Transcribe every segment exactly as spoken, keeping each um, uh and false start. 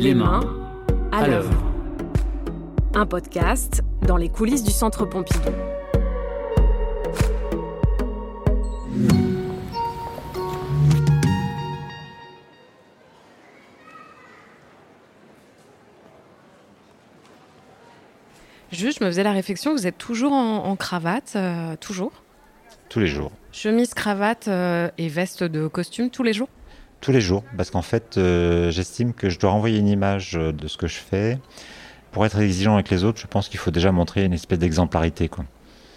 Les mains à l'œuvre. Un podcast dans les coulisses du Centre Pompidou. Juste, je me faisais la réflexion, vous êtes toujours en, en cravate, euh, toujours ? Tous les jours. Chemise, cravate euh, et veste de costume tous les jours ? Tous les jours, parce qu'en fait, euh, j'estime que je dois renvoyer une image de ce que je fais. Pour être exigeant avec les autres, je pense qu'il faut déjà montrer une espèce d'exemplarité, quoi.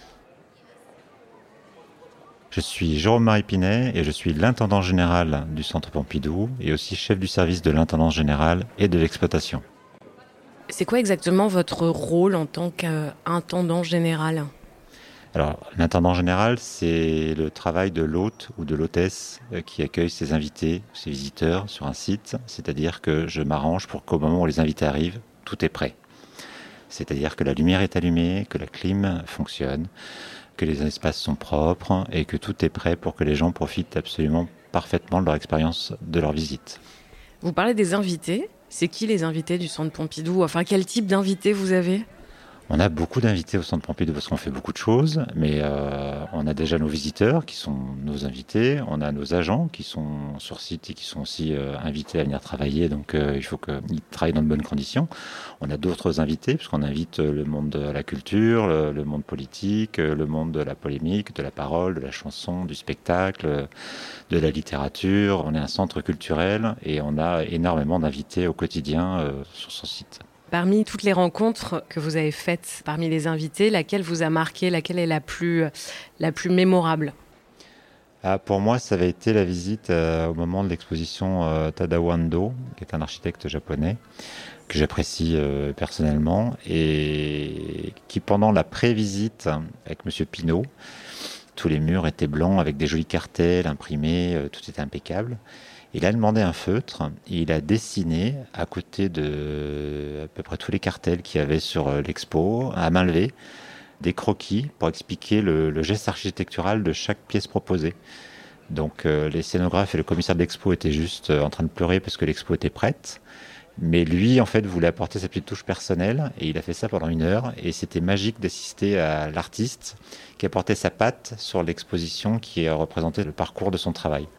Je suis Jérôme-Marie Pinet et je suis l'intendant général du Centre Pompidou et aussi chef du service de l'intendance générale et de l'exploitation. C'est quoi exactement votre rôle en tant qu'intendant général ? Alors, l'intendant général, c'est le travail de l'hôte ou de l'hôtesse qui accueille ses invités, ses visiteurs sur un site. C'est-à-dire que je m'arrange pour qu'au moment où les invités arrivent, tout est prêt. C'est-à-dire que la lumière est allumée, que la clim fonctionne, que les espaces sont propres et que tout est prêt pour que les gens profitent absolument parfaitement de leur expérience, de leur visite. Vous parlez des invités. C'est qui les invités du Centre Pompidou ? Enfin, quel type d'invités vous avez ? On a beaucoup d'invités au Centre Pompidou parce qu'on fait beaucoup de choses, mais euh, on a déjà nos visiteurs qui sont nos invités, on a nos agents qui sont sur site et qui sont aussi euh, invités à venir travailler, donc euh, il faut qu'ils travaillent dans de bonnes conditions. On a d'autres invités, puisqu'on invite le monde de la culture, le, le monde politique, le monde de la polémique, de la parole, de la chanson, du spectacle, de la littérature. On est un centre culturel et on a énormément d'invités au quotidien euh, sur son site. Parmi toutes les rencontres que vous avez faites, parmi les invités, laquelle vous a marqué, laquelle est la plus, la plus mémorable ? Ah, pour moi, ça avait été la visite euh, au moment de l'exposition euh, Tadao Ando, qui est un architecte japonais, que j'apprécie euh, personnellement, et qui, pendant la pré-visite avec Monsieur Pinault, tous les murs étaient blancs avec des jolis cartels imprimés, euh, tout était impeccable. Il a demandé un feutre et il a dessiné à côté de à peu près tous les cartels qu'il y avait sur l'expo, à main levée, des croquis pour expliquer le, le geste architectural de chaque pièce proposée. Donc euh, les scénographes et le commissaire de l'expo étaient juste en train de pleurer parce que l'expo était prête. Mais lui, en fait, voulait apporter sa petite touche personnelle et il a fait ça pendant une heure. Et c'était magique d'assister à l'artiste qui apportait sa patte sur l'exposition qui représentait le parcours de son travail.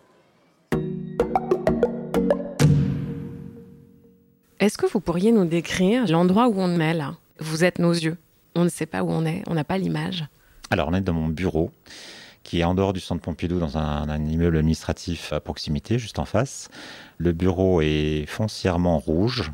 Est-ce que vous pourriez nous décrire l'endroit où on est là ? Vous êtes nos yeux. On ne sait pas où on est, on n'a pas l'image. Alors, on est dans mon bureau, qui est en dehors du Centre Pompidou, dans un, un immeuble administratif à proximité, juste en face. Le bureau est foncièrement rouge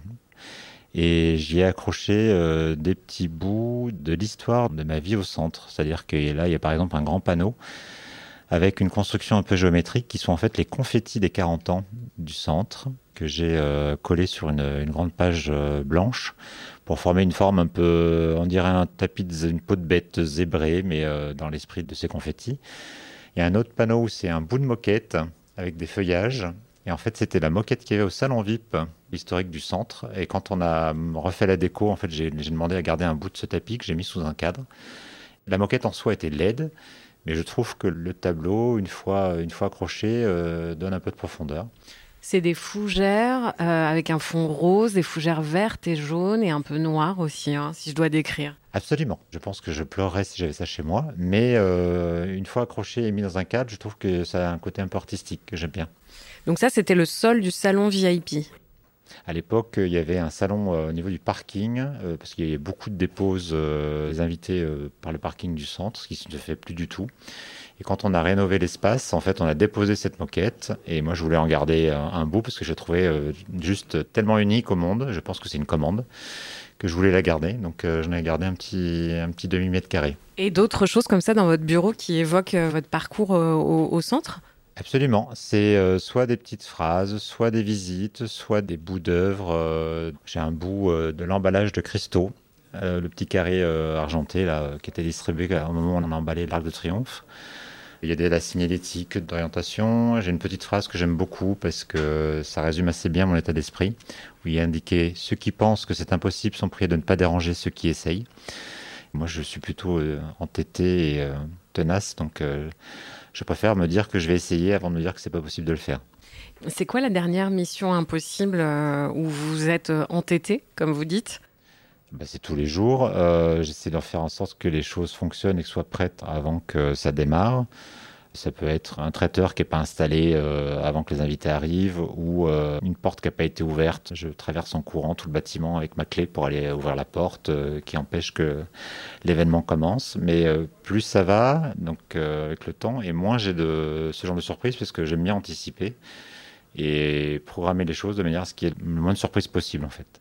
et j'y ai accroché euh, des petits bouts de l'histoire de ma vie au centre. C'est-à-dire que là, il y a par exemple un grand panneau avec une construction un peu géométrique qui sont en fait les confettis des quarante ans du centre, que j'ai euh, collé sur une, une grande page euh, blanche pour former une forme un peu, on dirait un tapis, de, une peau de bête zébrée, mais euh, dans l'esprit de ces confettis. Il y a un autre panneau où c'est un bout de moquette avec des feuillages. Et en fait, c'était la moquette qu'il y avait au salon V I P historique du centre. Et quand on a refait la déco, en fait, j'ai, j'ai demandé à garder un bout de ce tapis que j'ai mis sous un cadre. La moquette en soi était laide, mais je trouve que le tableau, une fois, une fois accroché, euh, donne un peu de profondeur. C'est des fougères euh, avec un fond rose, des fougères vertes et jaunes et un peu noires aussi, hein, si je dois décrire. Absolument. Je pense que je pleurerais si j'avais ça chez moi. Mais euh, une fois accroché et mis dans un cadre, je trouve que ça a un côté un peu artistique que j'aime bien. Donc ça, c'était le sol du salon V I P. À l'époque, il y avait un salon euh, au niveau du parking, euh, parce qu'il y avait beaucoup de déposes euh, des invités euh, par le parking du centre, ce qui ne se fait plus du tout. Et quand on a rénové l'espace, en fait, on a déposé cette moquette. Et moi, je voulais en garder un, un bout parce que je la trouvais euh, juste tellement unique au monde. Je pense que c'est une commande que je voulais la garder. Donc, euh, j'en ai gardé un petit, un petit demi-mètre carré. Et d'autres choses comme ça dans votre bureau qui évoquent euh, votre parcours euh, au, au centre ? Absolument. C'est euh, soit des petites phrases, soit des visites, soit des bouts d'œuvres. Euh, j'ai un bout euh, de l'emballage de Christo, euh, le petit carré euh, argenté là, qui était distribué au moment où on a emballé l'Arc de Triomphe. Il y a de la signalétique d'orientation. J'ai une petite phrase que j'aime beaucoup parce que ça résume assez bien mon état d'esprit, où il est indiqué « Ceux qui pensent que c'est impossible sont priés de ne pas déranger ceux qui essayent ». Moi, je suis plutôt euh, entêté et euh, tenace, donc euh, je préfère me dire que je vais essayer avant de me dire que c'est pas possible de le faire. C'est quoi la dernière mission impossible euh, où vous êtes euh, entêté, comme vous dites? Bah, c'est tous les jours. Euh, j'essaie de faire en sorte que les choses fonctionnent et que soient prêtes avant que ça démarre. Ça peut être un traiteur qui n'est pas installé euh, avant que les invités arrivent ou euh, une porte qui n'a pas été ouverte. Je traverse en courant tout le bâtiment avec ma clé pour aller ouvrir la porte euh, qui empêche que l'événement commence. Mais euh, plus ça va, donc euh, avec le temps, et moins j'ai de ce genre de surprise parce que j'aime bien anticiper et programmer les choses de manière à ce qu'il y ait le moins de surprises possible en fait.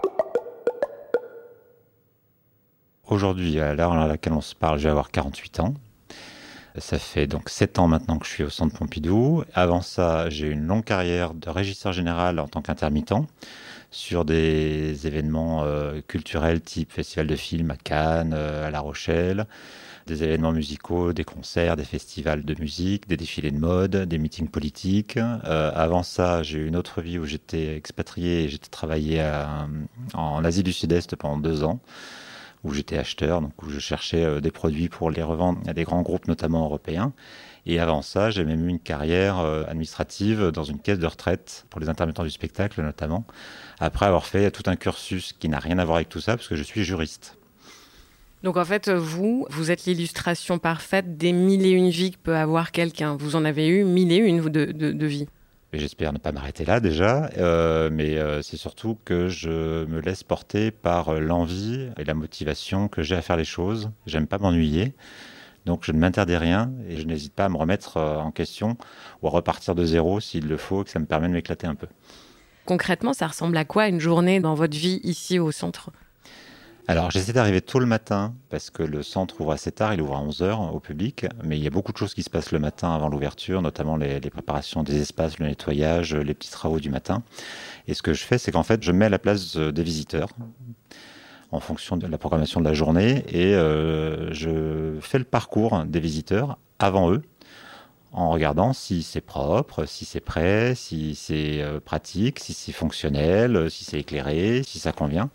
Aujourd'hui, à l'heure à laquelle on se parle, je vais avoir quarante-huit ans. Ça fait donc sept ans maintenant que je suis au Centre Pompidou. Avant ça, j'ai eu une longue carrière de régisseur général en tant qu'intermittent sur des événements euh, culturels type festival de films à Cannes, euh, à La Rochelle, des événements musicaux, des concerts, des festivals de musique, des défilés de mode, des meetings politiques. Euh, avant ça, j'ai eu une autre vie où j'étais expatrié et j'étais travaillé à, en Asie du Sud-Est pendant deux ans. Où j'étais acheteur, donc où je cherchais des produits pour les revendre à des grands groupes, notamment européens. Et avant ça, j'ai même eu une carrière administrative dans une caisse de retraite pour les intermittents du spectacle, notamment, après avoir fait tout un cursus qui n'a rien à voir avec tout ça, parce que je suis juriste. Donc en fait, vous, vous êtes l'illustration parfaite des mille et une vies que peut avoir quelqu'un. Vous en avez eu mille et une de, de, de vies. Et j'espère ne pas m'arrêter là déjà, euh, mais euh, c'est surtout que je me laisse porter par l'envie et la motivation que j'ai à faire les choses. J'aime pas m'ennuyer, donc je ne m'interdis rien et je n'hésite pas à me remettre en question ou à repartir de zéro s'il le faut, et que ça me permet de m'éclater un peu. Concrètement, ça ressemble à quoi une journée dans votre vie ici au centre ? Alors, j'essaie d'arriver tôt le matin parce que le centre ouvre assez tard, il ouvre à onze heures au public, mais il y a beaucoup de choses qui se passent le matin avant l'ouverture, notamment les, les préparations des espaces, le nettoyage, les petits travaux du matin. Et ce que je fais, c'est qu'en fait, je mets à la place des visiteurs en fonction de la programmation de la journée et euh, je fais le parcours des visiteurs avant eux en regardant si c'est propre, si c'est prêt, si c'est euh, pratique, si c'est fonctionnel, si c'est éclairé, si ça convient.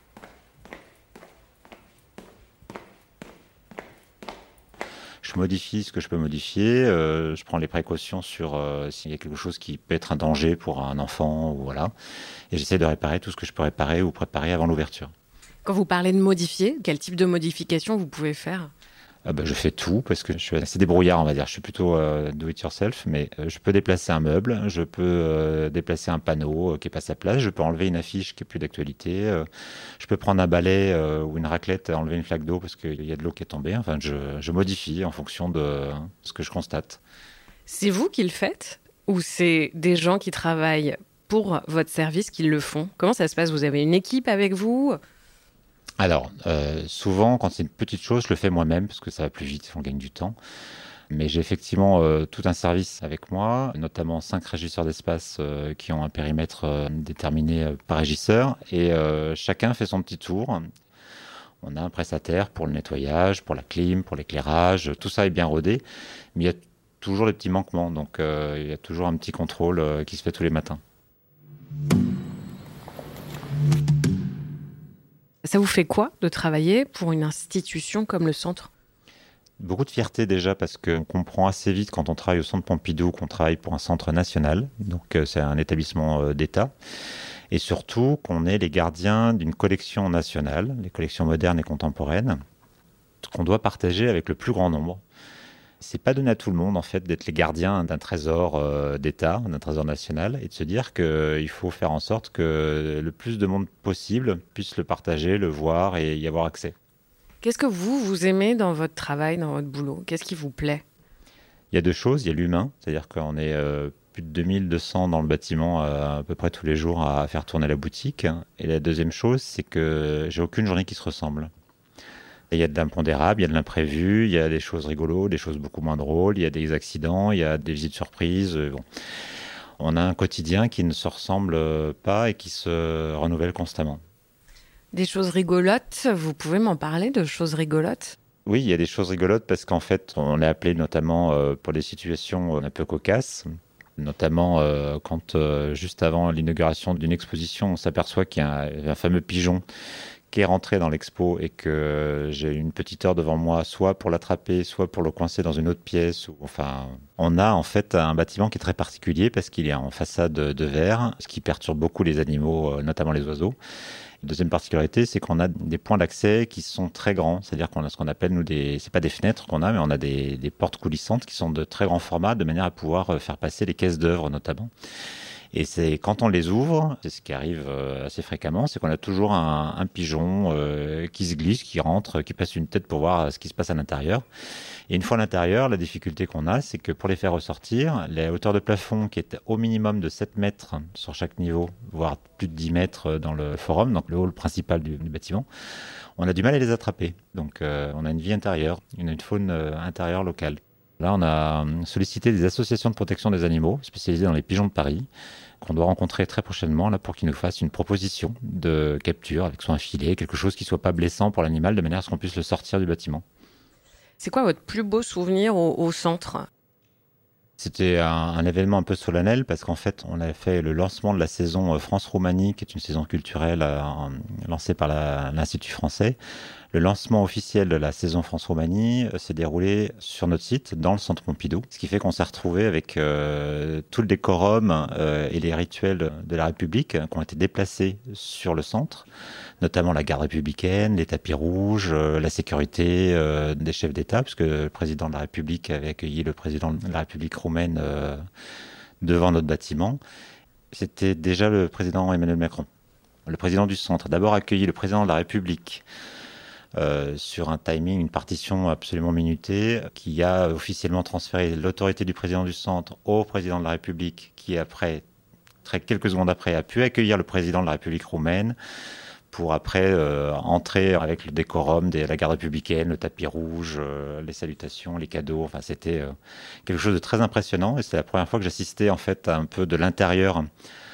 Je modifie ce que je peux modifier, euh, je prends les précautions sur euh, s'il y a quelque chose qui peut être un danger pour un enfant, ou voilà. Et j'essaie de réparer tout ce que je peux réparer ou préparer avant l'ouverture. Quand vous parlez de modifier, quel type de modification vous pouvez faire ? Euh, bah, je fais tout parce que je suis assez débrouillard, on va dire. Je suis plutôt euh, do it yourself, mais euh, je peux déplacer un meuble, je peux euh, déplacer un panneau euh, qui n'est pas à sa place, je peux enlever une affiche qui est plus d'actualité, euh, je peux prendre un balai euh, ou une raclette, enlever une flaque d'eau parce qu'il y a de l'eau qui est tombée. Enfin, je, je modifie en fonction de ce que je constate. C'est vous qui le faites ou c'est des gens qui travaillent pour votre service qui le font ? Comment ça se passe ? Vous avez une équipe avec vous ? Alors, euh, souvent, quand c'est une petite chose, je le fais moi-même parce que ça va plus vite, on gagne du temps. Mais j'ai effectivement euh, tout un service avec moi, notamment cinq régisseurs d'espace euh, qui ont un périmètre euh, déterminé euh, par régisseur. Et euh, chacun fait son petit tour. On a un prestataire pour le nettoyage, pour la clim, pour l'éclairage. Tout ça est bien rodé. Mais il y a toujours des petits manquements. Donc, euh, il y a toujours un petit contrôle euh, qui se fait tous les matins. Ça vous fait quoi de travailler pour une institution comme le Centre ? Beaucoup de fierté déjà parce qu'on comprend assez vite quand on travaille au Centre Pompidou qu'on travaille pour un centre national, donc euh, c'est un établissement euh, d'État, et surtout qu'on est les gardiens d'une collection nationale, les collections modernes et contemporaines, qu'on doit partager avec le plus grand nombre. C'est pas donné à tout le monde en fait d'être les gardiens d'un trésor euh, d'État, d'un trésor national, et de se dire qu'il faut faire en sorte que le plus de monde possible puisse le partager, le voir et y avoir accès. Qu'est-ce que vous, vous aimez dans votre travail, dans votre boulot ? Qu'est-ce qui vous plaît ? Il y a deux choses, il y a l'humain, c'est-à-dire qu'on est euh, plus de deux mille deux cents dans le bâtiment euh, à peu près tous les jours à faire tourner la boutique. Et la deuxième chose, c'est que j'ai aucune journée qui se ressemble. Il y a de l'impondérable, il y a de l'imprévu, il y a des choses rigolos, des choses beaucoup moins drôles, il y a des accidents, il y a des visites surprises. Bon. On a un quotidien qui ne se ressemble pas et qui se renouvelle constamment. Des choses rigolotes, vous pouvez m'en parler de choses rigolotes ? Oui, il y a des choses rigolotes parce qu'en fait, on est appelé notamment pour des situations un peu cocasses. Notamment euh, quand, euh, juste avant l'inauguration d'une exposition, on s'aperçoit qu'il y a un, un fameux pigeon qui est rentré dans l'expo et que j'ai une petite heure devant moi, soit pour l'attraper, soit pour le coincer dans une autre pièce. Ou, enfin, on a en fait un bâtiment qui est très particulier parce qu'il est en façade de verre, ce qui perturbe beaucoup les animaux, notamment les oiseaux. Deuxième particularité, c'est qu'on a des points d'accès qui sont très grands. C'est-à-dire qu'on a ce qu'on appelle, nous, des, c'est pas des fenêtres qu'on a, mais on a des, des portes coulissantes qui sont de très grand format, de manière à pouvoir faire passer les caisses d'œuvres, notamment. Et c'est quand on les ouvre, c'est ce qui arrive assez fréquemment, c'est qu'on a toujours un, un pigeon euh, qui se glisse, qui rentre, qui passe une tête pour voir ce qui se passe à l'intérieur. Et une fois à l'intérieur, la difficulté qu'on a, c'est que pour les faire ressortir, la hauteur de plafond qui est au minimum de sept mètres sur chaque niveau, voire plus de dix mètres dans le forum, donc le hall principal du, du bâtiment, on a du mal à les attraper. Donc euh, on a une vie intérieure, une, une faune euh, intérieure locale. Là, on a sollicité des associations de protection des animaux spécialisées dans les pigeons de Paris, qu'on doit rencontrer très prochainement là, pour qu'ils nous fassent une proposition de capture avec soit un filet, quelque chose qui ne soit pas blessant pour l'animal, de manière à ce qu'on puisse le sortir du bâtiment. C'est quoi votre plus beau souvenir au, au centre ? C'était un, un événement un peu solennel parce qu'en fait, on avait fait le lancement de la saison France-Roumanie, qui est une saison culturelle euh, lancée par la, l'Institut français. Le lancement officiel de la saison France-Roumanie euh, s'est déroulé sur notre site, dans le Centre Pompidou, ce qui fait qu'on s'est retrouvé avec euh, tout le décorum euh, et les rituels de la République qui ont été déplacés sur le centre, notamment la garde républicaine, les tapis rouges, euh, la sécurité euh, des chefs d'État, puisque le président de la République avait accueilli le président de la République roumaine euh, devant notre bâtiment. C'était déjà le président Emmanuel Macron, le président du centre. D'abord accueilli le président de la République euh, sur un timing, une partition absolument minutée, qui a officiellement transféré l'autorité du président du centre au président de la République, qui après, très quelques secondes après, a pu accueillir le président de la République roumaine, pour après euh, entrer avec le décorum de la garde républicaine, le tapis rouge, euh, les salutations, les cadeaux. Enfin, c'était euh, quelque chose de très impressionnant et c'est la première fois que j'assistais en fait à un peu de l'intérieur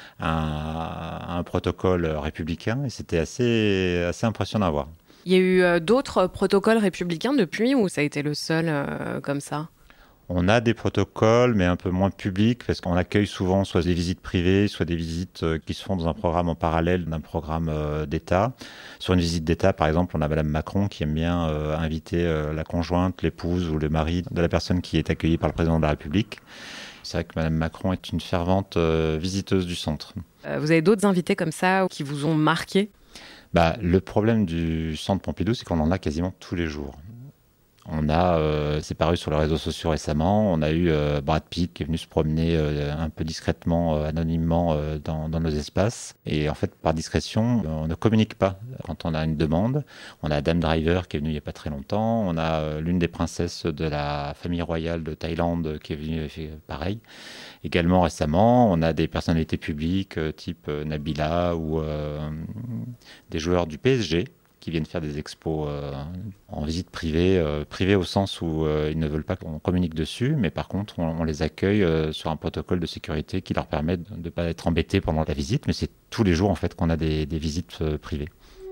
à, à un protocole républicain et c'était assez, assez impressionnant à voir. Il y a eu euh, d'autres protocoles républicains depuis ou ça a été le seul euh, comme ça ? On a des protocoles, mais un peu moins publics, parce qu'on accueille souvent soit des visites privées, soit des visites qui se font dans un programme en parallèle d'un programme d'État. Sur une visite d'État, par exemple, on a Madame Macron qui aime bien euh, inviter euh, la conjointe, l'épouse ou le mari de la personne qui est accueillie par le président de la République. C'est vrai que Madame Macron est une fervente euh, visiteuse du centre. Euh, vous avez d'autres invités comme ça qui vous ont marqué ? Bah, le problème du centre Pompidou, c'est qu'on en a quasiment tous les jours. On a, euh, c'est paru sur les réseaux sociaux récemment, on a eu euh, Brad Pitt qui est venu se promener euh, un peu discrètement, euh, anonymement euh, dans, dans nos espaces. Et en fait, par discrétion, on ne communique pas quand on a une demande. On a Adam Driver qui est venu il n'y a pas très longtemps. On a euh, l'une des princesses de la famille royale de Thaïlande qui est venue fait pareil. Également récemment, on a des personnalités publiques euh, type euh, Nabila ou euh, des joueurs du P S G qui viennent faire des expos euh, en visite privée, euh, privée au sens où euh, ils ne veulent pas qu'on communique dessus, mais par contre, on, on les accueille euh, sur un protocole de sécurité qui leur permet de ne pas être embêtés pendant la visite, mais c'est tous les jours en fait qu'on a des, des visites euh, privées.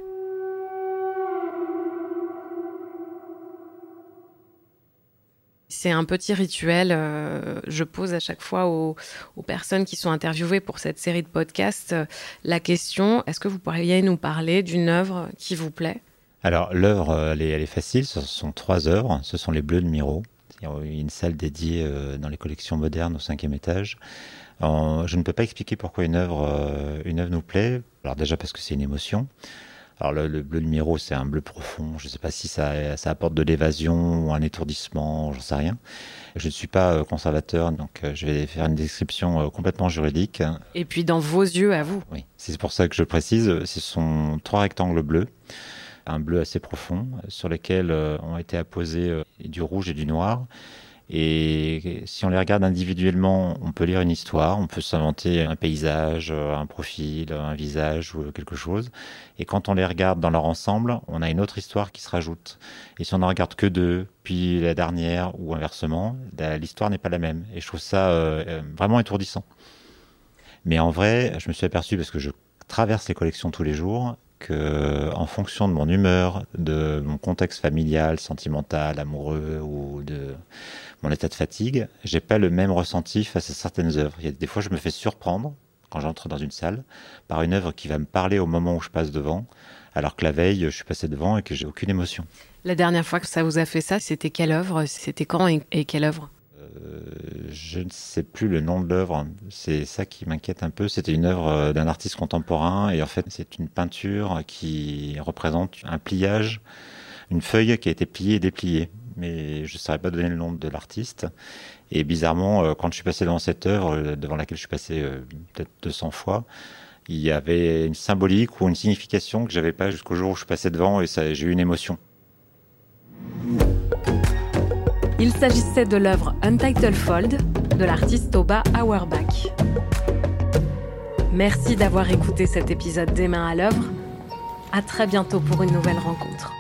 C'est un petit rituel, euh, je pose à chaque fois aux, aux personnes qui sont interviewées pour cette série de podcasts euh, la question, est-ce que vous pourriez nous parler d'une œuvre qui vous plaît ? Alors l'œuvre, elle est, elle est facile, ce sont trois œuvres, ce sont les Bleus de Miro. Il y a une salle dédiée euh, dans les collections modernes au cinquième étage. Alors, je ne peux pas expliquer pourquoi une œuvre, euh, une œuvre nous plaît, alors déjà parce que c'est une émotion. Alors le, le bleu de Miro, c'est un bleu profond. Je ne sais pas si ça, ça apporte de l'évasion ou un étourdissement, j'en sais rien. Je ne suis pas conservateur, donc je vais faire une description complètement juridique. Et puis dans vos yeux à vous. Oui, c'est pour ça que je précise. Ce sont trois rectangles bleus, un bleu assez profond, sur lesquels ont été apposés du rouge et du noir. Et si on les regarde individuellement, on peut lire une histoire, on peut s'inventer un paysage, un profil, un visage ou quelque chose. Et quand on les regarde dans leur ensemble, on a une autre histoire qui se rajoute. Et si on n'en regarde que deux, puis la dernière ou inversement, l'histoire n'est pas la même. Et je trouve ça euh, vraiment étourdissant. Mais en vrai, je me suis aperçu, parce que je traverse les collections tous les jours, que en fonction de mon humeur, de mon contexte familial, sentimental, amoureux ou de mon état de fatigue, j'ai pas le même ressenti face à certaines œuvres. Il y a des fois, je me fais surprendre quand j'entre dans une salle, par une œuvre qui va me parler au moment où je passe devant, alors que la veille, je suis passé devant et que j'ai aucune émotion. La dernière fois que ça vous a fait ça, c'était quelle œuvre ? C'était quand et, et quelle œuvre ? euh, Je ne sais plus le nom de l'œuvre. C'est ça qui m'inquiète un peu. C'était une œuvre d'un artiste contemporain et en fait, c'est une peinture qui représente un pliage, une feuille qui a été pliée et dépliée. Mais je ne saurais pas donner le nom de l'artiste. Et bizarrement, quand je suis passé devant cette œuvre, devant laquelle je suis passé peut-être deux cents fois, il y avait une symbolique ou une signification que j'avais pas jusqu'au jour où je passais devant et ça, j'ai eu une émotion. Il s'agissait de l'œuvre Untitled Fold de l'artiste Toba Auerbach. Merci d'avoir écouté cet épisode des Mains à l'œuvre. À très bientôt pour une nouvelle rencontre.